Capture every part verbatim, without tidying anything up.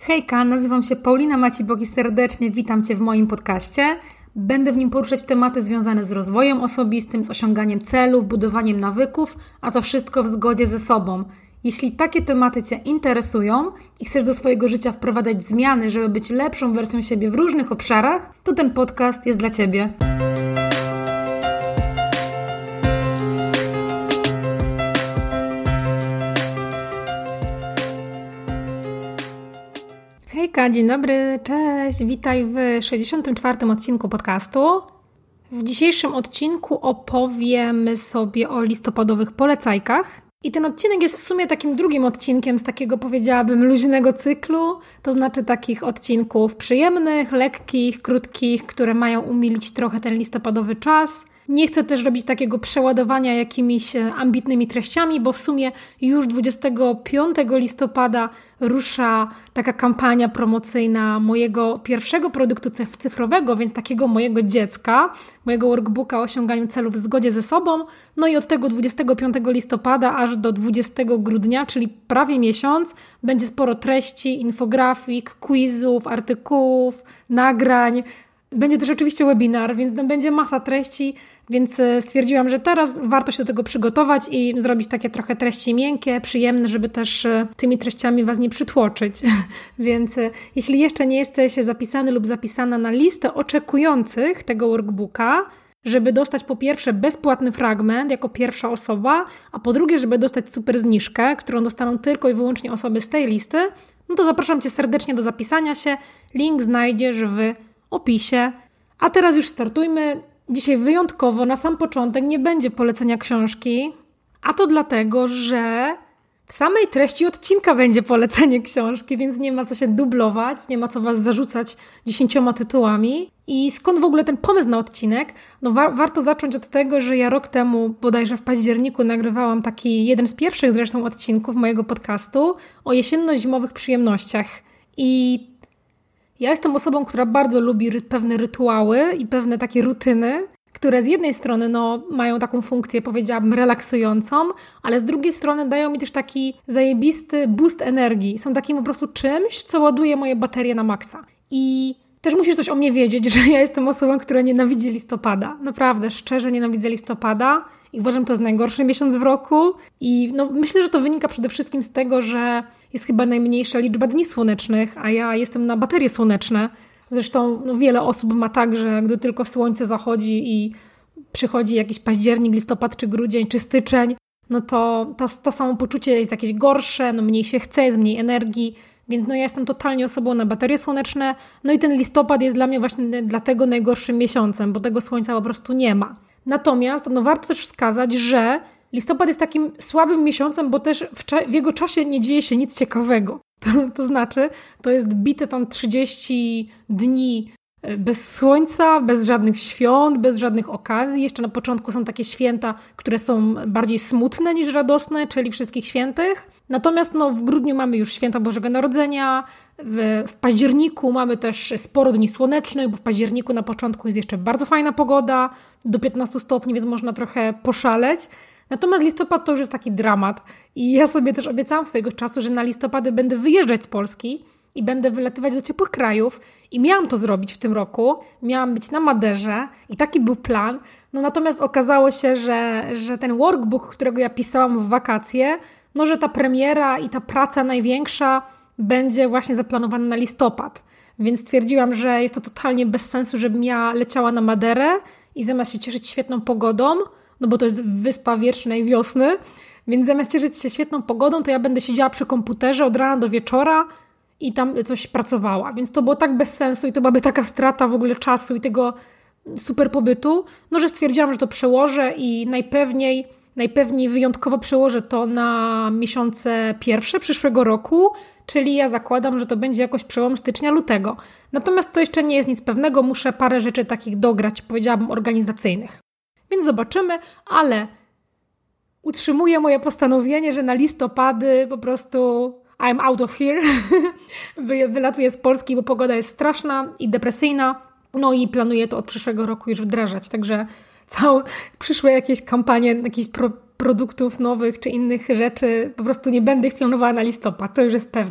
Hejka, nazywam się Paulina Macibok i serdecznie witam Cię w moim podcaście. Będę w nim poruszać tematy związane z rozwojem osobistym, z osiąganiem celów, budowaniem nawyków, a to wszystko w zgodzie ze sobą. Jeśli takie tematy Cię interesują i chcesz do swojego życia wprowadzać zmiany, żeby być lepszą wersją siebie w różnych obszarach, to ten podcast jest dla Ciebie. Hejka, dzień dobry, cześć, witaj w sześćdziesiątym czwartym odcinku podcastu. W dzisiejszym odcinku opowiemy sobie o listopadowych polecajkach. I ten odcinek jest w sumie takim drugim odcinkiem z takiego, powiedziałabym, luźnego cyklu, to znaczy takich odcinków przyjemnych, lekkich, krótkich, które mają umilić trochę ten listopadowy czas. Nie chcę też robić takiego przeładowania jakimiś ambitnymi treściami, bo w sumie już dwudziestego piątego listopada rusza taka kampania promocyjna mojego pierwszego produktu cyfrowego, więc takiego mojego dziecka, mojego workbooka o osiąganiu celów w zgodzie ze sobą. No i od tego dwudziestego piątego listopada aż do dwudziestego grudnia, czyli prawie miesiąc, będzie sporo treści, infografik, quizów, artykułów, nagrań. Będzie też oczywiście webinar, więc będzie masa treści, więc stwierdziłam, że teraz warto się do tego przygotować i zrobić takie trochę treści miękkie, przyjemne, żeby też tymi treściami Was nie przytłoczyć. Więc jeśli jeszcze nie jesteś zapisany lub zapisana na listę oczekujących tego workbooka, żeby dostać po pierwsze bezpłatny fragment jako pierwsza osoba, a po drugie, żeby dostać super zniżkę, którą dostaną tylko i wyłącznie osoby z tej listy, no to zapraszam Cię serdecznie do zapisania się. Link znajdziesz w opisie. A teraz już startujmy. Dzisiaj wyjątkowo na sam początek nie będzie polecenia książki, a to dlatego, że w samej treści odcinka będzie polecenie książki, więc nie ma co się dublować, nie ma co Was zarzucać dziesięcioma tytułami. I skąd w ogóle ten pomysł na odcinek? No wa- warto zacząć od tego, że ja rok temu, bodajże w październiku, nagrywałam taki jeden z pierwszych zresztą odcinków mojego podcastu o jesienno-zimowych przyjemnościach. I ja jestem osobą, która bardzo lubi ry- pewne rytuały i pewne takie rutyny, które z jednej strony no, mają taką funkcję, powiedziałabym, relaksującą, ale z drugiej strony dają mi też taki zajebisty boost energii. Są takim po prostu czymś, co ładuje moje baterie na maksa. I też musisz coś o mnie wiedzieć, że ja jestem osobą, która nienawidzi listopada. Naprawdę, szczerze nienawidzę listopada i uważam, to jest najgorszy miesiąc w roku. I no, myślę, że to wynika przede wszystkim z tego, że jest chyba najmniejsza liczba dni słonecznych, a ja jestem na baterie słoneczne. Zresztą no, wiele osób ma tak, że gdy tylko słońce zachodzi i przychodzi jakiś październik, listopad czy grudzień, czy styczeń, no to to, to samopoczucie jest jakieś gorsze, no mniej się chce, jest mniej energii. Więc no ja jestem totalnie osobą na baterie słoneczne, no i ten listopad jest dla mnie właśnie dlatego najgorszym miesiącem, bo tego słońca po prostu nie ma. Natomiast no warto też wskazać, że listopad jest takim słabym miesiącem, bo też w, cza- w jego czasie nie dzieje się nic ciekawego. To, to znaczy, to jest bite tam trzydzieści dni bez słońca, bez żadnych świąt, bez żadnych okazji. Jeszcze na początku są takie święta, które są bardziej smutne niż radosne, czyli wszystkich świętych. Natomiast no, w grudniu mamy już święta Bożego Narodzenia, w, w październiku mamy też sporo dni słonecznych, bo w październiku na początku jest jeszcze bardzo fajna pogoda, do piętnastu stopni, więc można trochę poszaleć. Natomiast listopad to już jest taki dramat i ja sobie też obiecałam swojego czasu, że na listopady będę wyjeżdżać z Polski i będę wylatywać do ciepłych krajów i miałam to zrobić w tym roku, miałam być na Maderze i taki był plan, no natomiast okazało się, że, że ten workbook, którego ja pisałam w wakacje, no że ta premiera i ta praca największa będzie właśnie zaplanowana na listopad, więc stwierdziłam, że jest to totalnie bez sensu, żebym ja leciała na Maderę i zamiast się cieszyć świetną pogodą, no bo to jest wyspa wiecznej wiosny, więc zamiast cieszyć się świetną pogodą, to ja będę siedziała przy komputerze od rana do wieczora i tam coś pracowała. Więc to było tak bez sensu i to byłaby taka strata w ogóle czasu i tego super pobytu, no że stwierdziłam, że to przełożę i najpewniej, najpewniej wyjątkowo przełożę to na miesiące pierwsze przyszłego roku, czyli ja zakładam, że to będzie jakoś przełom stycznia, lutego. Natomiast to jeszcze nie jest nic pewnego, muszę parę rzeczy takich dograć, powiedziałabym, organizacyjnych. Więc zobaczymy, ale utrzymuję moje postanowienie, że na listopady po prostu I'm out of here. Wylatuję z Polski, bo pogoda jest straszna i depresyjna. No i planuję to od przyszłego roku już wdrażać. Także całe przyszłe jakieś kampanie, jakichś pro, produktów nowych czy innych rzeczy, po prostu nie będę ich planowała na listopad. To już jest pewne.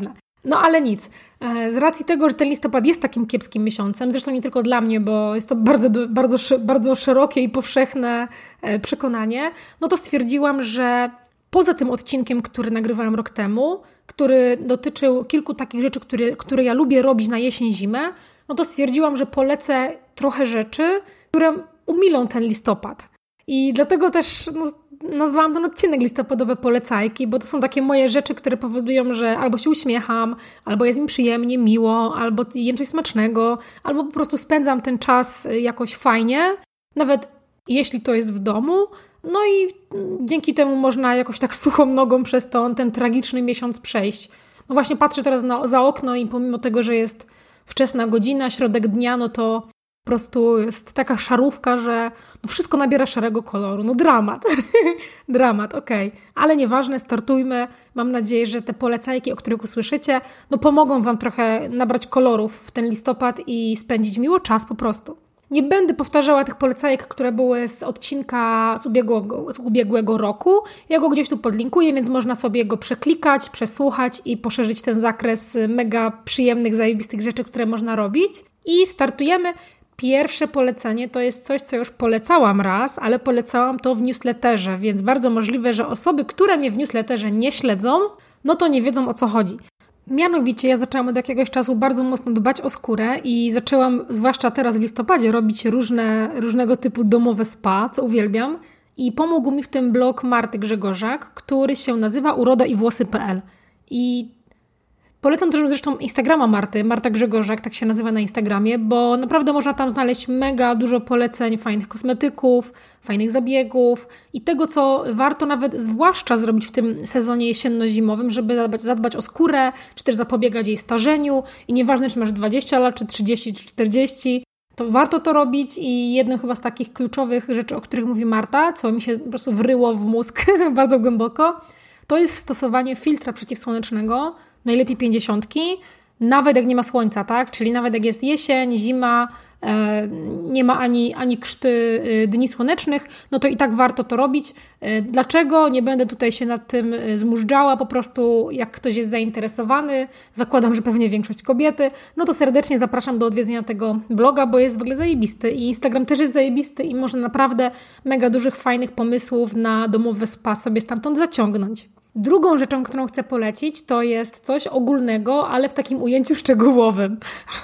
No ale nic. Z racji tego, że ten listopad jest takim kiepskim miesiącem, zresztą nie tylko dla mnie, bo jest to bardzo, bardzo, bardzo szerokie i powszechne przekonanie, no to stwierdziłam, że poza tym odcinkiem, który nagrywałam rok temu, który dotyczył kilku takich rzeczy, które, które ja lubię robić na jesień, zimę, no to stwierdziłam, że polecę trochę rzeczy, które umilą ten listopad. I dlatego też no, nazwałam ten odcinek listopadowe polecajki, bo to są takie moje rzeczy, które powodują, że albo się uśmiecham, albo jest mi przyjemnie, miło, albo jem coś smacznego, albo po prostu spędzam ten czas jakoś fajnie, nawet jeśli to jest w domu. No i dzięki temu można jakoś tak suchą nogą przez to, ten tragiczny miesiąc przejść. No właśnie patrzę teraz na, za okno i pomimo tego, że jest wczesna godzina, środek dnia, no to po prostu jest taka szarówka, że no wszystko nabiera szarego koloru. No dramat. Dramat, okej. Okay. Ale nieważne, startujmy. Mam nadzieję, że te polecajki, o których usłyszycie, no pomogą Wam trochę nabrać kolorów w ten listopad i spędzić miło czas po prostu. Nie będę powtarzała tych polecajek, które były z odcinka z ubiegłego, z ubiegłego roku. Ja go gdzieś tu podlinkuję, więc można sobie go przeklikać, przesłuchać i poszerzyć ten zakres mega przyjemnych, zajebistych rzeczy, które można robić. I startujemy. Pierwsze polecenie to jest coś, co już polecałam raz, ale polecałam to w newsletterze, więc bardzo możliwe, że osoby, które mnie w newsletterze nie śledzą, no to nie wiedzą, o co chodzi. Mianowicie ja zaczęłam od jakiegoś czasu bardzo mocno dbać o skórę i zaczęłam, zwłaszcza teraz w listopadzie, robić różne, różnego typu domowe spa, co uwielbiam. I pomógł mi w tym blog Marty Grzegorzak, który się nazywa uroda i włosy kropka p l. I polecam też zresztą Instagrama Marty, Marta Grzegorzak, tak się nazywa na Instagramie, bo naprawdę można tam znaleźć mega dużo poleceń fajnych kosmetyków, fajnych zabiegów i tego, co warto nawet zwłaszcza zrobić w tym sezonie jesienno-zimowym, żeby zadbać, zadbać o skórę, czy też zapobiegać jej starzeniu i nieważne, czy masz dwadzieścia lat, czy trzydzieści, czy czterdzieści, to warto to robić i jedną chyba z takich kluczowych rzeczy, o których mówi Marta, co mi się po prostu wryło w mózg bardzo głęboko, to jest stosowanie filtra przeciwsłonecznego, najlepiej pięćdziesiątki, nawet jak nie ma słońca, tak? Czyli nawet jak jest jesień, zima, e, nie ma ani, ani krzty e, dni słonecznych, no to i tak warto to robić. E, dlaczego? Nie będę tutaj się nad tym zmużdżała, po prostu jak ktoś jest zainteresowany, zakładam, że pewnie większość kobiety, no to serdecznie zapraszam do odwiedzenia tego bloga, bo jest w ogóle zajebisty i Instagram też jest zajebisty i można naprawdę mega dużych, fajnych pomysłów na domowe spa sobie stamtąd zaciągnąć. Drugą rzeczą, którą chcę polecić, to jest coś ogólnego, ale w takim ujęciu szczegółowym.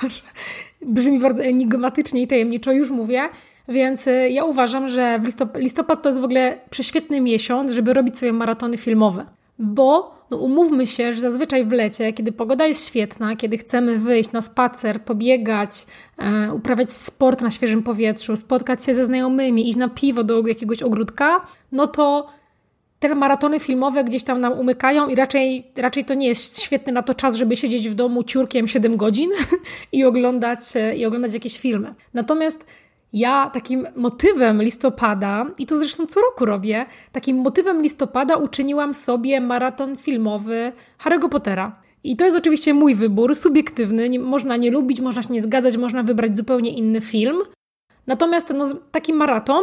Brzmi bardzo enigmatycznie i tajemniczo, już mówię, więc ja uważam, że listopad, listopad to jest w ogóle prześwietny miesiąc, żeby robić sobie maratony filmowe. Bo no umówmy się, że zazwyczaj w lecie, kiedy pogoda jest świetna, kiedy chcemy wyjść na spacer, pobiegać, e, uprawiać sport na świeżym powietrzu, spotkać się ze znajomymi, iść na piwo do jakiegoś ogródka, no to te maratony filmowe gdzieś tam nam umykają i raczej, raczej to nie jest świetny na to czas, żeby siedzieć w domu ciurkiem siedem godzin i oglądać, i oglądać jakieś filmy. Natomiast ja takim motywem listopada, i to zresztą co roku robię, takim motywem listopada uczyniłam sobie maraton filmowy Harry'ego Pottera. I to jest oczywiście mój wybór, subiektywny, nie, można nie lubić, można się nie zgadzać, można wybrać zupełnie inny film. Natomiast no, taki maraton,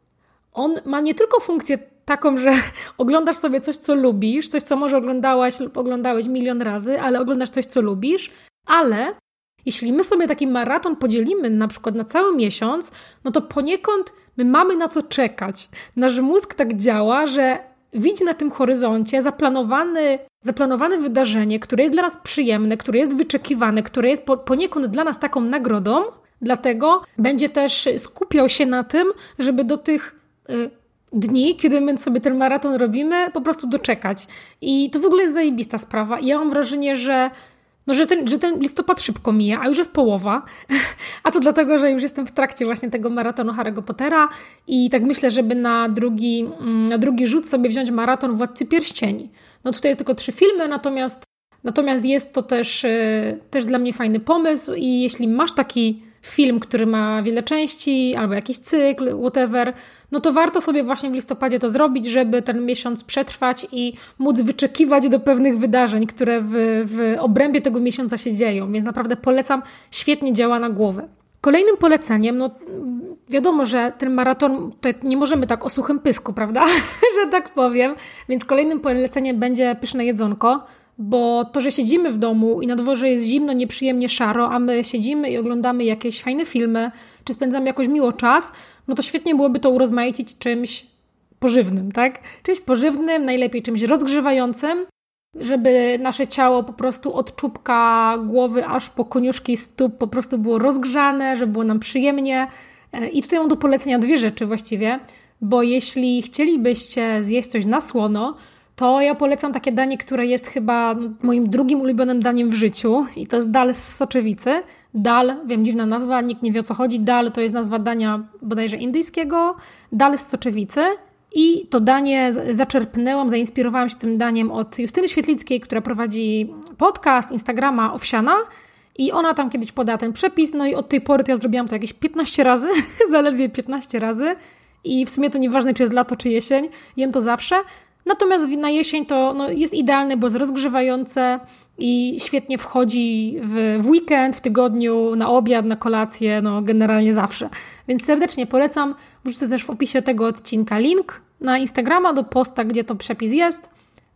on ma nie tylko funkcję taką, że oglądasz sobie coś, co lubisz, coś, co może oglądałaś lub oglądałeś milion razy, ale oglądasz coś, co lubisz, ale jeśli my sobie taki maraton podzielimy na przykład na cały miesiąc, no to poniekąd my mamy na co czekać. Nasz mózg tak działa, że widzi na tym horyzoncie zaplanowany, zaplanowane wydarzenie, które jest dla nas przyjemne, które jest wyczekiwane, które jest poniekąd dla nas taką nagrodą, dlatego będzie też skupiał się na tym, żeby do tych y, dni, kiedy my sobie ten maraton robimy, po prostu doczekać. I to w ogóle jest zajebista sprawa. I ja mam wrażenie, że, no, że, ten, że ten listopad szybko mija, a już jest połowa. A to dlatego, że już jestem w trakcie właśnie tego maratonu Harry'ego Pottera i tak myślę, żeby na drugi, na drugi rzut sobie wziąć maraton Władcy Pierścieni. No tutaj jest tylko trzy filmy, natomiast, natomiast jest to też, też dla mnie fajny pomysł i jeśli masz taki film, który ma wiele części, albo jakiś cykl, whatever, no to warto sobie właśnie w listopadzie to zrobić, żeby ten miesiąc przetrwać i móc wyczekiwać do pewnych wydarzeń, które w, w obrębie tego miesiąca się dzieją. Więc naprawdę polecam, świetnie działa na głowę. Kolejnym poleceniem, no wiadomo, że ten maraton, to nie możemy tak o suchym pysku, prawda, że tak powiem, więc kolejnym poleceniem będzie pyszne jedzonko. bo to, że siedzimy w domu i na dworze jest zimno, nieprzyjemnie szaro, a my siedzimy i oglądamy jakieś fajne filmy, czy spędzamy jakoś miło czas, no to świetnie byłoby to urozmaicić czymś pożywnym, tak? Czymś pożywnym, najlepiej czymś rozgrzewającym, żeby nasze ciało po prostu od czubka głowy aż po koniuszki stóp po prostu było rozgrzane, żeby było nam przyjemnie. I tutaj mam do polecenia dwie rzeczy właściwie, bo jeśli chcielibyście zjeść coś na słono, to ja polecam takie danie, które jest chyba moim drugim ulubionym daniem w życiu i to jest dal z soczewicy. Dal, wiem, dziwna nazwa, nikt nie wie o co chodzi. Dal to jest nazwa dania bodajże indyjskiego. Dal z soczewicy. I to danie zaczerpnęłam, zainspirowałam się tym daniem od Justyny Świetlickiej, która prowadzi podcast, Instagrama Owsiana i ona tam kiedyś podała ten przepis, no i od tej pory to ja zrobiłam to jakieś piętnaście razy, zaledwie piętnaście razy i w sumie to nieważne, czy jest lato, czy jesień, jem to zawsze. Natomiast na jesień to no, jest idealne, bo jest rozgrzewające i świetnie wchodzi w, w weekend, w tygodniu, na obiad, na kolację, no generalnie zawsze. Więc serdecznie polecam. Wrzucę też w opisie tego odcinka link na Instagrama do posta, gdzie to przepis jest,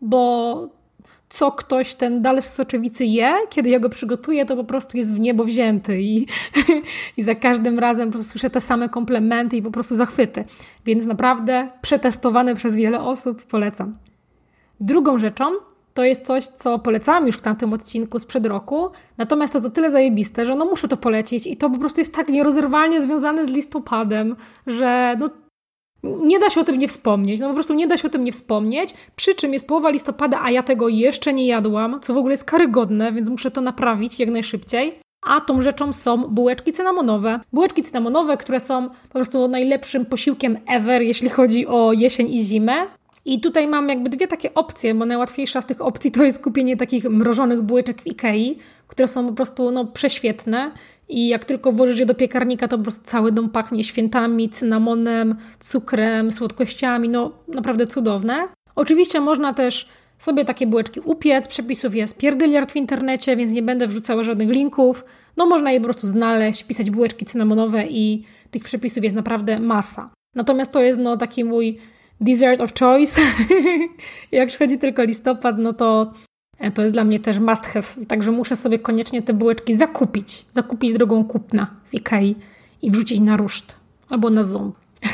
bo co ktoś ten dal z soczewicy je, kiedy ja go przygotuję, to po prostu jest w niebo wzięty i, i za każdym razem po prostu słyszę te same komplementy i po prostu zachwyty. Więc naprawdę przetestowane przez wiele osób polecam. Drugą rzeczą to jest coś, co polecałam już w tamtym odcinku sprzed roku, natomiast to jest o tyle zajebiste, że no muszę to polecić i to po prostu jest tak nierozerwalnie związane z listopadem, że no nie da się o tym nie wspomnieć, no po prostu nie da się o tym nie wspomnieć, przy czym jest połowa listopada, a ja tego jeszcze nie jadłam, co w ogóle jest karygodne, więc muszę to naprawić jak najszybciej. A tą rzeczą są bułeczki cynamonowe. Bułeczki cynamonowe, które są po prostu najlepszym posiłkiem ever, jeśli chodzi o jesień i zimę. I tutaj mam jakby dwie takie opcje, bo najłatwiejsza z tych opcji to jest kupienie takich mrożonych bułeczek w Ikei, które są po prostu no, prześwietne. I jak tylko włożysz je do piekarnika, to po prostu cały dom pachnie świętami, cynamonem, cukrem, słodkościami, no naprawdę cudowne. Oczywiście można też sobie takie bułeczki upiec, przepisów jest pierdyliard w internecie, więc nie będę wrzucała żadnych linków. No można je po prostu znaleźć, wpisać bułeczki cynamonowe i tych przepisów jest naprawdę masa. Natomiast to jest no taki mój dessert of choice. Jak przychodzi tylko listopad, no to to jest dla mnie też must have. Także muszę sobie koniecznie te bułeczki zakupić. Zakupić drogą kupna w Ikei i wrzucić na ruszt. Albo na Zoom.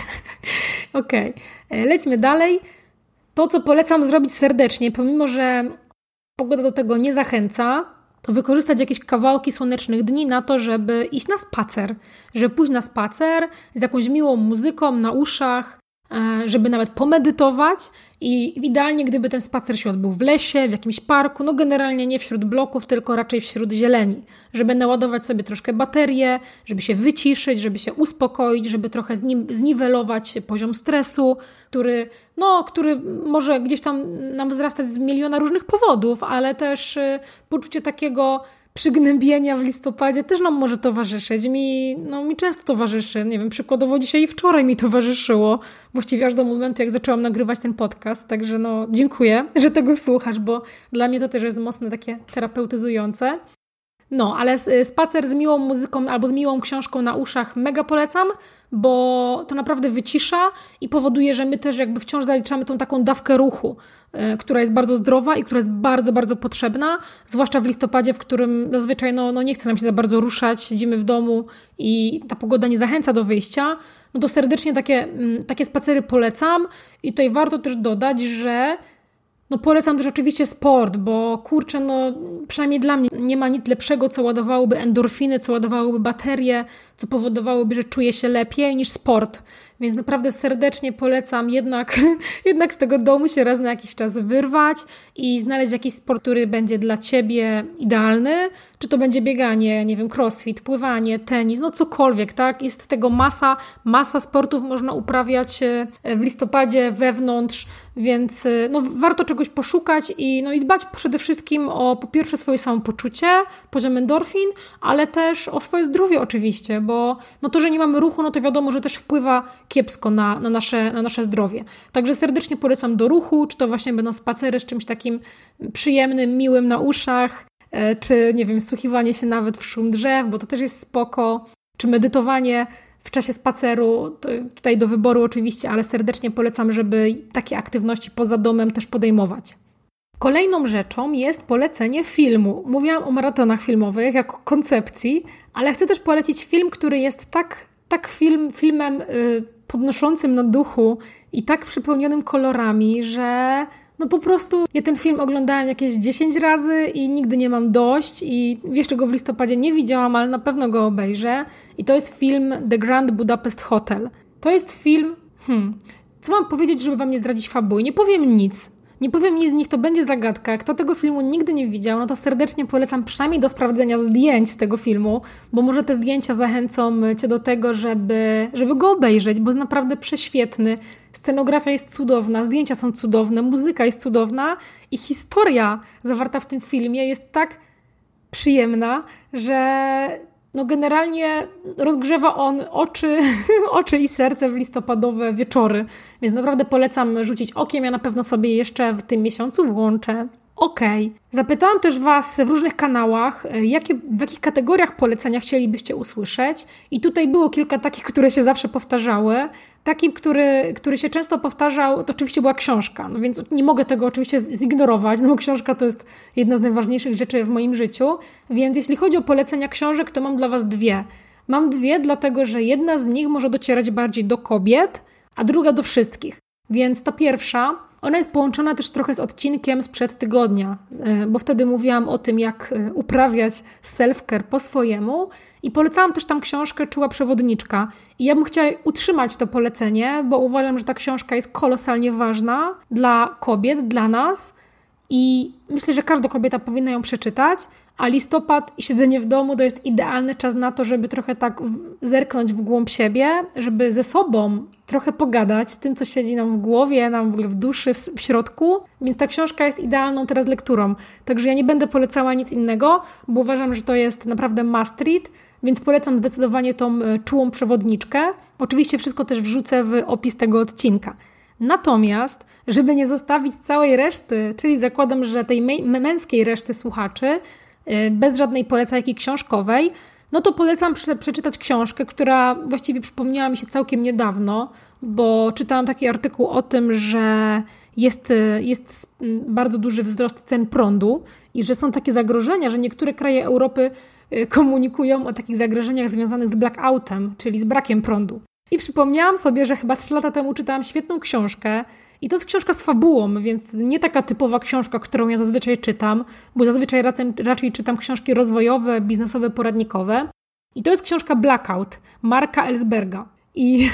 Okej, okay. Lećmy dalej. To, co polecam zrobić serdecznie, pomimo że pogoda do tego nie zachęca, to wykorzystać jakieś kawałki słonecznych dni na to, żeby iść na spacer. Żeby pójść na spacer z jakąś miłą muzyką na uszach, żeby nawet pomedytować i idealnie gdyby ten spacer się odbył w lesie, w jakimś parku, no generalnie nie wśród bloków, tylko raczej wśród zieleni, żeby naładować sobie troszkę baterię, żeby się wyciszyć, żeby się uspokoić, żeby trochę zniwelować poziom stresu, który, no, który może gdzieś tam nam wzrastać z miliona różnych powodów, ale też poczucie takiego przygnębienia w listopadzie też nam może towarzyszyć. Mi, no, mi często towarzyszy. Nie wiem, przykładowo dzisiaj i wczoraj mi towarzyszyło. Właściwie aż do momentu, jak zaczęłam nagrywać ten podcast. Także no, dziękuję, że tego słuchasz, bo dla mnie to też jest mocno takie terapeutyzujące. No, ale spacer z miłą muzyką albo z miłą książką na uszach mega polecam, bo to naprawdę wycisza i powoduje, że my też jakby wciąż zaliczamy tą taką dawkę ruchu, yy, która jest bardzo zdrowa i która jest bardzo, bardzo potrzebna, zwłaszcza w listopadzie, w którym zazwyczaj no, no nie chce nam się za bardzo ruszać, siedzimy w domu i ta pogoda nie zachęca do wyjścia, no to serdecznie takie, yy, takie spacery polecam i tutaj warto też dodać, że no polecam też oczywiście sport, bo kurczę, no przynajmniej dla mnie nie ma nic lepszego, co ładowałoby endorfiny, co ładowałoby baterie, co powodowałoby, że czuję się lepiej niż sport. Więc naprawdę serdecznie polecam jednak, jednak z tego domu się raz na jakiś czas wyrwać i znaleźć jakiś sport, który będzie dla Ciebie idealny. Czy to będzie bieganie, nie wiem, crossfit, pływanie, tenis, no cokolwiek, tak? Jest tego masa, masa sportów można uprawiać w listopadzie wewnątrz, więc no, warto czegoś poszukać i, no, i dbać przede wszystkim o po pierwsze swoje samopoczucie, poziom endorfin, ale też o swoje zdrowie oczywiście, bo no to, że nie mamy ruchu, no to wiadomo, że też wpływa kiepsko na, na, nasze, na nasze zdrowie. Także serdecznie polecam do ruchu, czy to właśnie będą spacery z czymś takim przyjemnym, miłym na uszach, czy nie wiem, wsłuchiwanie się nawet w szum drzew, bo to też jest spoko, czy medytowanie w czasie spaceru, to tutaj do wyboru oczywiście, ale serdecznie polecam, żeby takie aktywności poza domem też podejmować. Kolejną rzeczą jest polecenie filmu. Mówiłam o maratonach filmowych jako koncepcji, ale chcę też polecić film, który jest tak, tak film, filmem y, podnoszącym na duchu i tak przepełnionym kolorami, że no po prostu ja ten film oglądałam jakieś dziesięć razy i nigdy nie mam dość i jeszcze go w listopadzie nie widziałam, ale na pewno go obejrzę. I to jest film The Grand Budapest Hotel. To jest film... Hmm, co mam powiedzieć, żeby wam nie zdradzić fabuły? Nie powiem nic. Nie powiem nic z nich, to będzie zagadka. Kto tego filmu nigdy nie widział, no to serdecznie polecam przynajmniej do sprawdzenia zdjęć z tego filmu, bo może te zdjęcia zachęcą cię do tego, żeby, żeby go obejrzeć, bo jest naprawdę prześwietny. Scenografia jest cudowna, zdjęcia są cudowne, muzyka jest cudowna i historia zawarta w tym filmie jest tak przyjemna, że no generalnie rozgrzewa on oczy, oczy i serce w listopadowe wieczory. Więc naprawdę polecam rzucić okiem. Ja na pewno sobie jeszcze w tym miesiącu włączę. Okej. Okay. Zapytałam też Was w różnych kanałach, jakie, w jakich kategoriach polecenia chcielibyście usłyszeć. I tutaj było kilka takich, które się zawsze powtarzały. Takim, który, który się często powtarzał, to oczywiście była książka. No więc nie mogę tego oczywiście zignorować, no bo książka to jest jedna z najważniejszych rzeczy w moim życiu. Więc jeśli chodzi o polecenia książek, to mam dla Was dwie. Mam dwie, dlatego że jedna z nich może docierać bardziej do kobiet, a druga do wszystkich. Więc ta pierwsza, ona jest połączona też trochę z odcinkiem sprzed tygodnia, bo wtedy mówiłam o tym, jak uprawiać self-care po swojemu i polecałam też tam książkę Czuła przewodniczka. I ja bym chciała utrzymać to polecenie, bo uważam, że ta książka jest kolosalnie ważna dla kobiet, dla nas i myślę, że każda kobieta powinna ją przeczytać, a listopad i siedzenie w domu to jest idealny czas na to, żeby trochę tak zerknąć w głąb siebie, żeby ze sobą trochę pogadać z tym, co siedzi nam w głowie, nam w ogóle w duszy, w środku. Więc ta książka jest idealną teraz lekturą. Także ja nie będę polecała nic innego, bo uważam, że to jest naprawdę must read, więc polecam zdecydowanie tą Czułą przewodniczkę. Oczywiście wszystko też wrzucę w opis tego odcinka. Natomiast, żeby nie zostawić całej reszty, czyli zakładam, że tej męskiej reszty słuchaczy, bez żadnej polecajki książkowej, no to polecam przeczytać książkę, która właściwie przypomniała mi się całkiem niedawno, bo czytałam taki artykuł o tym, że jest, jest bardzo duży wzrost cen prądu i że są takie zagrożenia, że niektóre kraje Europy komunikują o takich zagrożeniach związanych z blackoutem, czyli z brakiem prądu. I przypomniałam sobie, że chyba trzy lata temu czytałam świetną książkę i to jest książka z fabułą, więc nie taka typowa książka, którą ja zazwyczaj czytam, bo zazwyczaj raczej, raczej czytam książki rozwojowe, biznesowe, poradnikowe. I to jest książka Blackout Marka Ellsberga. I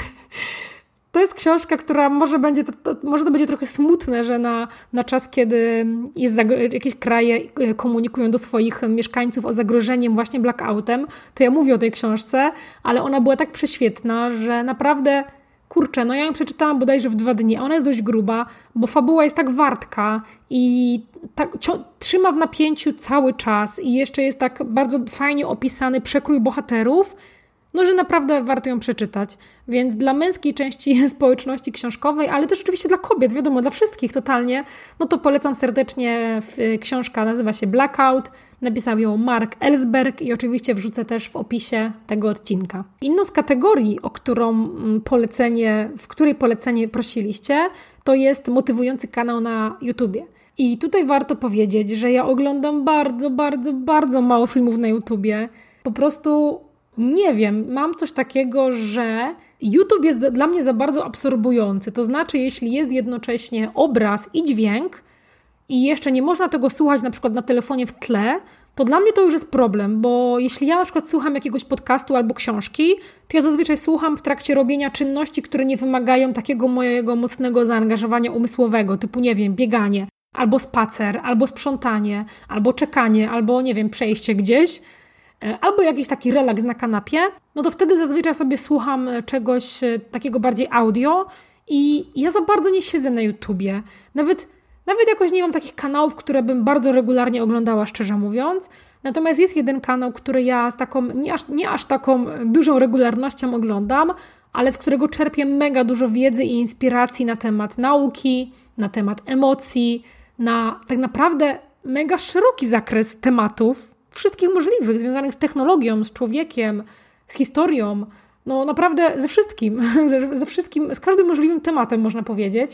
to jest książka, która może będzie to, to, może to będzie trochę smutne, że na, na czas, kiedy jest zagro- jakieś kraje komunikują do swoich mieszkańców o zagrożeniem właśnie blackoutem, to ja mówię o tej książce, ale ona była tak prześwietna, że naprawdę, kurczę, no ja ją przeczytałam bodajże w dwa dni, a ona jest dość gruba, bo fabuła jest tak wartka i tak, cio- trzyma w napięciu cały czas i jeszcze jest tak bardzo fajnie opisany przekrój bohaterów, no, że naprawdę warto ją przeczytać. Więc dla męskiej części społeczności książkowej, ale też oczywiście dla kobiet, wiadomo, dla wszystkich totalnie, no to polecam serdecznie. Książka nazywa się Blackout, napisał ją Mark Ellsberg i oczywiście wrzucę też w opisie tego odcinka. Inną z kategorii, o którą polecenie, w której polecenie prosiliście, to jest motywujący kanał na YouTubie. I tutaj warto powiedzieć, że ja oglądam bardzo, bardzo, bardzo mało filmów na YouTubie. Po prostu nie wiem, mam coś takiego, że YouTube jest dla mnie za bardzo absorbujący. To znaczy, jeśli jest jednocześnie obraz i dźwięk i jeszcze nie można tego słuchać na przykład na telefonie w tle, to dla mnie to już jest problem, bo jeśli ja na przykład słucham jakiegoś podcastu albo książki, to ja zazwyczaj słucham w trakcie robienia czynności, które nie wymagają takiego mojego mocnego zaangażowania umysłowego, typu, nie wiem, bieganie, albo spacer, albo sprzątanie, albo czekanie, albo, nie wiem, przejście gdzieś, albo jakiś taki relaks na kanapie, no to wtedy zazwyczaj sobie słucham czegoś takiego bardziej audio i ja za bardzo nie siedzę na YouTubie. Nawet, nawet jakoś nie mam takich kanałów, które bym bardzo regularnie oglądała, szczerze mówiąc. Natomiast jest jeden kanał, który ja z taką, nie aż, nie aż taką dużą regularnością oglądam, ale z którego czerpię mega dużo wiedzy i inspiracji na temat nauki, na temat emocji, na tak naprawdę mega szeroki zakres tematów, wszystkich możliwych, związanych z technologią, z człowiekiem, z historią, no naprawdę ze wszystkim, ze, ze wszystkim, z każdym możliwym tematem można powiedzieć.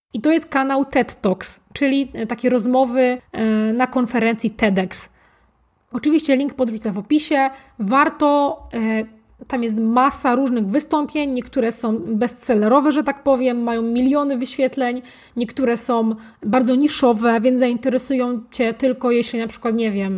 I to jest kanał TED Talks, czyli takie rozmowy na konferencji TEDx. Oczywiście link podrzucę w opisie. Warto, tam jest masa różnych wystąpień, niektóre są bestsellerowe, że tak powiem, mają miliony wyświetleń, niektóre są bardzo niszowe, więc zainteresują Cię tylko jeśli na przykład, nie wiem,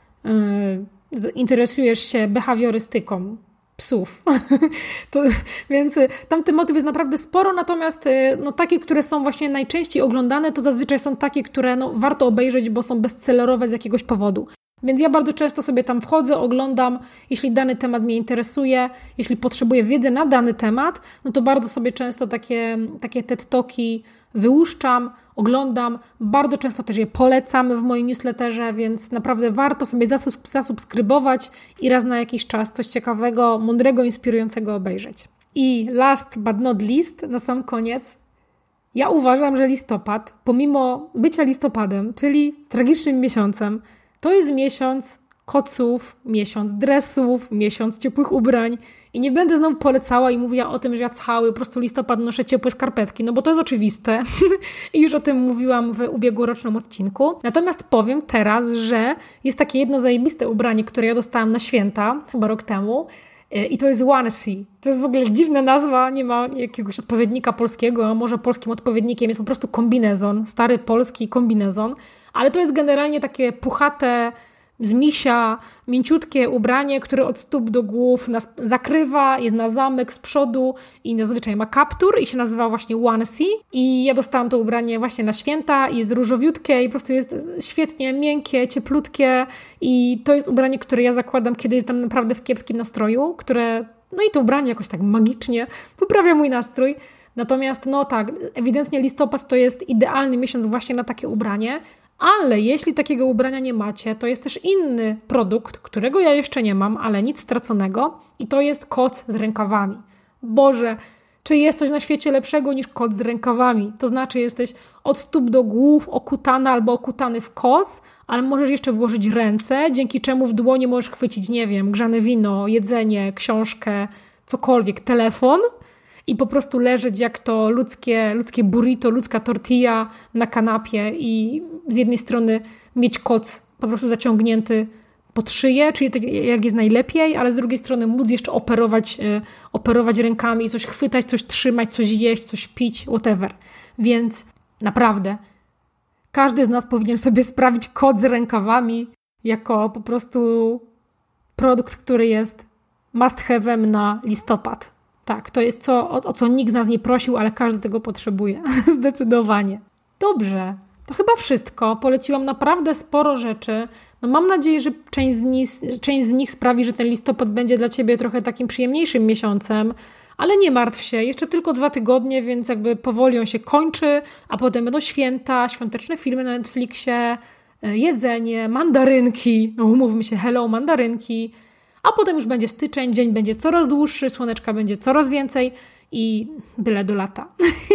interesujesz się behawiorystyką psów. to, więc tam tych motyw jest naprawdę sporo, natomiast no, takie, które są właśnie najczęściej oglądane, to zazwyczaj są takie, które no, warto obejrzeć, bo są bestsellerowe z jakiegoś powodu. Więc ja bardzo często sobie tam wchodzę, oglądam, jeśli dany temat mnie interesuje, jeśli potrzebuję wiedzy na dany temat, no to bardzo sobie często takie, takie TED Talki wyłuszczam, oglądam, bardzo często też je polecam w moim newsletterze, więc naprawdę warto sobie zasub- zasubskrybować i raz na jakiś czas coś ciekawego, mądrego, inspirującego obejrzeć. I last but not least, na sam koniec, ja uważam, że listopad, pomimo bycia listopadem, czyli tragicznym miesiącem, to jest miesiąc koców, miesiąc dresów, miesiąc ciepłych ubrań i nie będę znowu polecała i mówiła o tym, że ja cały po prostu listopad noszę ciepłe skarpetki, no bo to jest oczywiste i już o tym mówiłam w ubiegłorocznym odcinku. Natomiast powiem teraz, że jest takie jedno zajebiste ubranie, które ja dostałam na święta, chyba rok temu, i to jest onesie. To jest w ogóle dziwna nazwa, nie ma jakiegoś odpowiednika polskiego, a może polskim odpowiednikiem jest po prostu kombinezon, stary polski kombinezon, ale to jest generalnie takie puchate, z misia, mięciutkie ubranie, które od stóp do głów nas zakrywa, jest na zamek z przodu i zazwyczaj ma kaptur i się nazywa właśnie onesie. I ja dostałam to ubranie właśnie na święta i jest różowiutkie i po prostu jest świetnie miękkie, cieplutkie i to jest ubranie, które ja zakładam, kiedy jestem naprawdę w kiepskim nastroju, które, no i to ubranie jakoś tak magicznie poprawia mój nastrój. Natomiast no tak, ewidentnie listopad to jest idealny miesiąc właśnie na takie ubranie, ale jeśli takiego ubrania nie macie, to jest też inny produkt, którego ja jeszcze nie mam, ale nic straconego i to jest koc z rękawami. Boże, czy jest coś na świecie lepszego niż koc z rękawami? To znaczy jesteś od stóp do głów okutana albo okutany w koc, ale możesz jeszcze włożyć ręce, dzięki czemu w dłonie możesz chwycić, nie wiem, grzane wino, jedzenie, książkę, cokolwiek, telefon i po prostu leżeć jak to ludzkie, ludzkie burrito, ludzka tortilla na kanapie i z jednej strony mieć koc po prostu zaciągnięty pod szyję, czyli tak jak jest najlepiej, ale z drugiej strony móc jeszcze operować, yy, operować rękami, coś chwytać, coś trzymać, coś jeść, coś pić, whatever. Więc naprawdę każdy z nas powinien sobie sprawić koc z rękawami jako po prostu produkt, który jest must have'em na listopad. Tak, to jest co, o, o co nikt z nas nie prosił, ale każdy tego potrzebuje. Zdecydowanie. Dobrze, to chyba wszystko. Poleciłam naprawdę sporo rzeczy. No mam nadzieję, że część z, nich, część z nich sprawi, że ten listopad będzie dla Ciebie trochę takim przyjemniejszym miesiącem, ale nie martw się, jeszcze tylko dwa tygodnie, więc jakby powoli on się kończy, a potem będą święta, świąteczne filmy na Netflixie, jedzenie, mandarynki, no umówmy się, hello, mandarynki, a potem już będzie styczeń, dzień będzie coraz dłuższy, słoneczka będzie coraz więcej i byle do lata.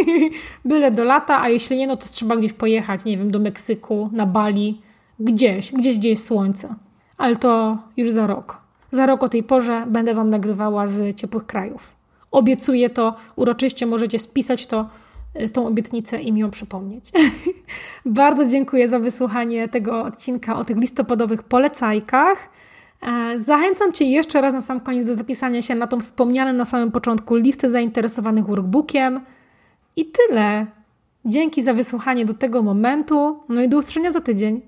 Byle do lata, a jeśli nie, no to trzeba gdzieś pojechać, nie wiem, do Meksyku, na Bali, gdzieś, gdzieś, gdzie jest słońce. Ale to już za rok. Za rok o tej porze będę Wam nagrywała z ciepłych krajów. Obiecuję to, uroczyście możecie spisać to, tą obietnicę i mi ją przypomnieć. Bardzo dziękuję za wysłuchanie tego odcinka o tych listopadowych polecajkach. Zachęcam Cię jeszcze raz na sam koniec do zapisania się na tą wspomnianą na samym początku listę zainteresowanych workbookiem. I tyle. Dzięki za wysłuchanie do tego momentu. No i do usłyszenia za tydzień.